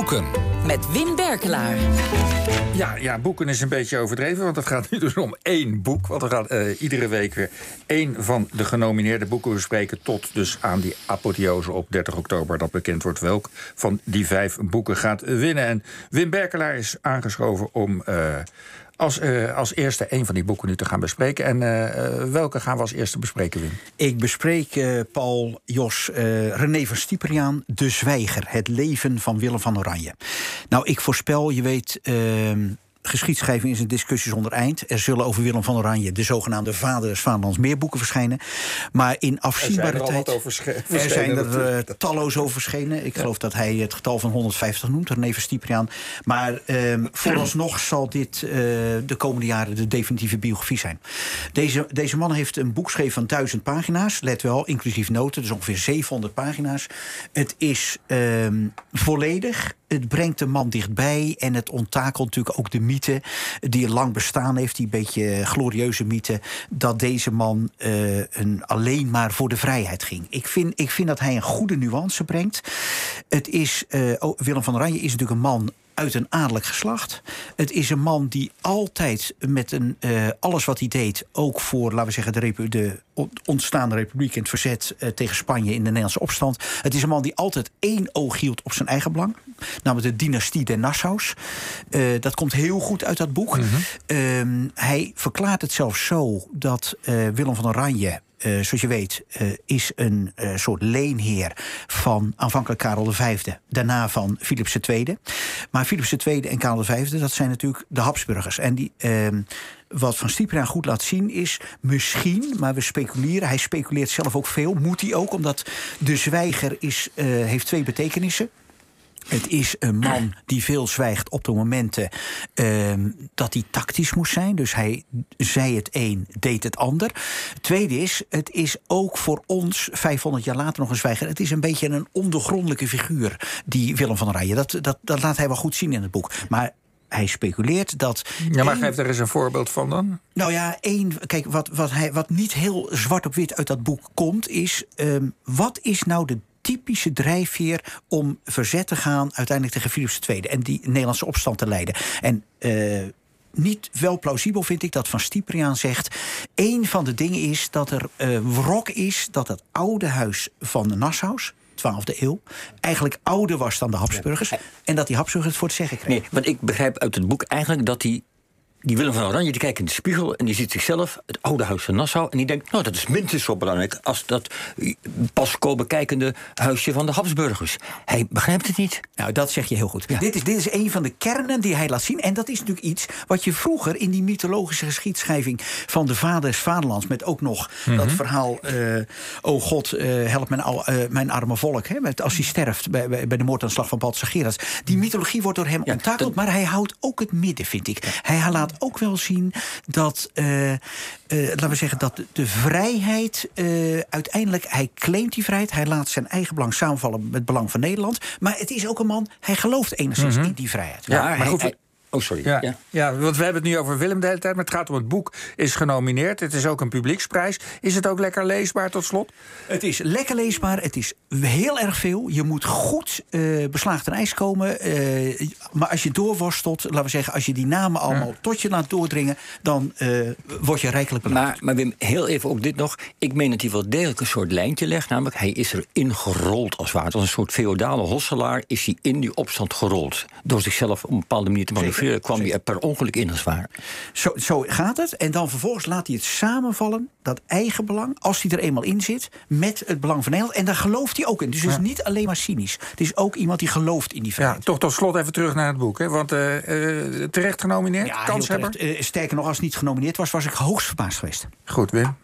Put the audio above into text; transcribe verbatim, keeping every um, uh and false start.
Boeken. Met Wim Berkelaar. Ja, ja, boeken is een beetje overdreven, want het gaat nu dus om één boek. Want we gaan uh, iedere week weer één van de genomineerde boeken bespreken, tot dus aan die apotheose op dertig oktober... dat bekend wordt welk van die vijf boeken gaat winnen. En Wim Berkelaar is aangeschoven om uh, als, uh, als eerste één van die boeken nu te gaan bespreken. En uh, welke gaan we als eerste bespreken, Wim? Ik bespreek, uh, Paul, Jos, uh, René van Stipriaan, De Zwijger. Het leven van Willem van Oranje. Nou, ik voorspel, je weet... Uh, geschiedschrijving is een discussie zonder eind. Er zullen over Willem van Oranje de zogenaamde vader des vaderlands meer boeken verschijnen. Maar in afzienbare er tijd... Over er zijn er uh, talloze over verschenen. Ik ja. geloof dat hij het getal van honderdvijftig noemt, René van Stipriaan. Maar uh, vooralsnog zal dit uh, de komende jaren de definitieve biografie zijn. Deze, deze man heeft een boek geschreven van duizend pagina's. Let wel, inclusief noten, dus ongeveer zevenhonderd pagina's. Het is uh, volledig... Het brengt de man dichtbij en het onttakelt natuurlijk ook de mythe die lang bestaan heeft, die beetje glorieuze mythe, dat deze man uh, een alleen maar voor de vrijheid ging. Ik vind, ik vind dat hij een goede nuance brengt. Het is, uh, oh, Willem van Oranje is natuurlijk een man uit een adellijk geslacht. Het is een man die altijd met een, uh, alles wat hij deed, ook voor, laten we zeggen, de, repu- de ontstaande republiek in het verzet uh, tegen Spanje in de Nederlandse opstand. Het is een man die altijd één oog hield op zijn eigen belang. Namelijk de dynastie der Nassaus. Uh, dat komt heel goed uit dat boek. Mm-hmm. Uh, hij verklaart het zelfs zo dat uh, Willem van Oranje, Uh, zoals je weet, uh, is een uh, soort leenheer van aanvankelijk Karel de Vijfde, daarna van Philips de Tweede. Maar Philips de Tweede en Karel de Vijfde, dat zijn natuurlijk de Habsburgers. En die, uh, wat Van Stipriaan goed laat zien is, misschien, maar we speculeren, hij speculeert zelf ook veel, moet hij ook, omdat De Zwijger is, uh, heeft twee betekenissen. Het is een man die veel zwijgt op de momenten uh, dat hij tactisch moest zijn. Dus hij zei het een, deed het ander. Het tweede is, het is ook voor ons, vijfhonderd jaar later nog een zwijger. Het is een beetje een ondergrondelijke figuur, die Willem van Oranje. Dat, dat, dat laat hij wel goed zien in het boek. Maar hij speculeert dat... Ja, maar één, geef er eens een voorbeeld van dan. Nou ja, één, kijk, wat, wat, hij, wat niet heel zwart op wit uit dat boek komt, is um, wat is nou de typische drijfveer om verzet te gaan uiteindelijk tegen Philips de Tweede en die Nederlandse opstand te leiden. En uh, niet wel plausibel vind ik dat Van Stipriaan zegt, één van de dingen is dat er uh, wrok is dat het oude huis van de Nassaus, twaalfde eeuw, eigenlijk ouder was dan de Habsburgers, ja. En dat die Habsburgers het voor het zeggen kregen. Nee, want ik begrijp uit het boek eigenlijk dat die Die Willem van Oranje die kijkt in de spiegel en die ziet zichzelf, het oude huis van Nassau, en die denkt, nou, dat is minstens zo belangrijk als dat pas komen kijkende huisje van de Habsburgers. Hij begrijpt het niet. Nou, dat zeg je heel goed. Ja. Dit is, dit is een van de kernen die hij laat zien. En dat is natuurlijk iets wat je vroeger in die mythologische geschiedschrijving van de vader des vaderlands, met ook nog mm-hmm. dat verhaal, uh, oh God, uh, help mijn, uh, mijn arme volk, hè, met, als hij sterft bij, bij, bij de moordaanslag van Balthasar Gerards. Die mythologie wordt door hem ja, onttakeld, dat... maar hij houdt ook het midden, vind ik. Ja. Hij laat ook wel zien dat, uh, uh, laten we zeggen, dat de vrijheid, uh, uiteindelijk, hij claimt die vrijheid, hij laat zijn eigen belang samenvallen met het belang van Nederland, maar het is ook een man, hij gelooft enigszins mm-hmm. in die vrijheid. Ja, maar, maar goed, hij, Oh, sorry. Ja, ja. ja, want we hebben het nu over Willem de hele tijd, maar het gaat om het boek, is genomineerd. Het is ook een publieksprijs. Is het ook lekker leesbaar tot slot? Het is lekker leesbaar, het is heel erg veel. Je moet goed uh, beslagen ten ijs komen. Uh, maar als je doorworstelt, laten we zeggen, als je die namen allemaal ja. tot je laat doordringen, dan uh, word je rijkelijk beloond. Maar, maar Wim, heel even op dit nog. Ik meen dat hij wel degelijk een soort lijntje legt. Namelijk, hij is er ingerold als het ware. Als een soort feodale hosselaar is hij in die opstand gerold. Door zichzelf op een bepaalde manier te manoeuvreren, kwam hij er per ongeluk in als waar. Zo, zo gaat het. En dan vervolgens laat hij het samenvallen, dat eigen belang, als hij er eenmaal in zit, met het belang van Nederland. En daar gelooft hij ook in. Dus het is ja. niet alleen maar cynisch. Het is ook iemand die gelooft in die vrijheid. Ja, toch tot slot even terug naar het boek. Hè? Want uh, uh, terecht genomineerd, ja, kanshebber? Uh, sterker nog, als het niet genomineerd was, was ik hoogst verbaasd geweest. Goed, Wim.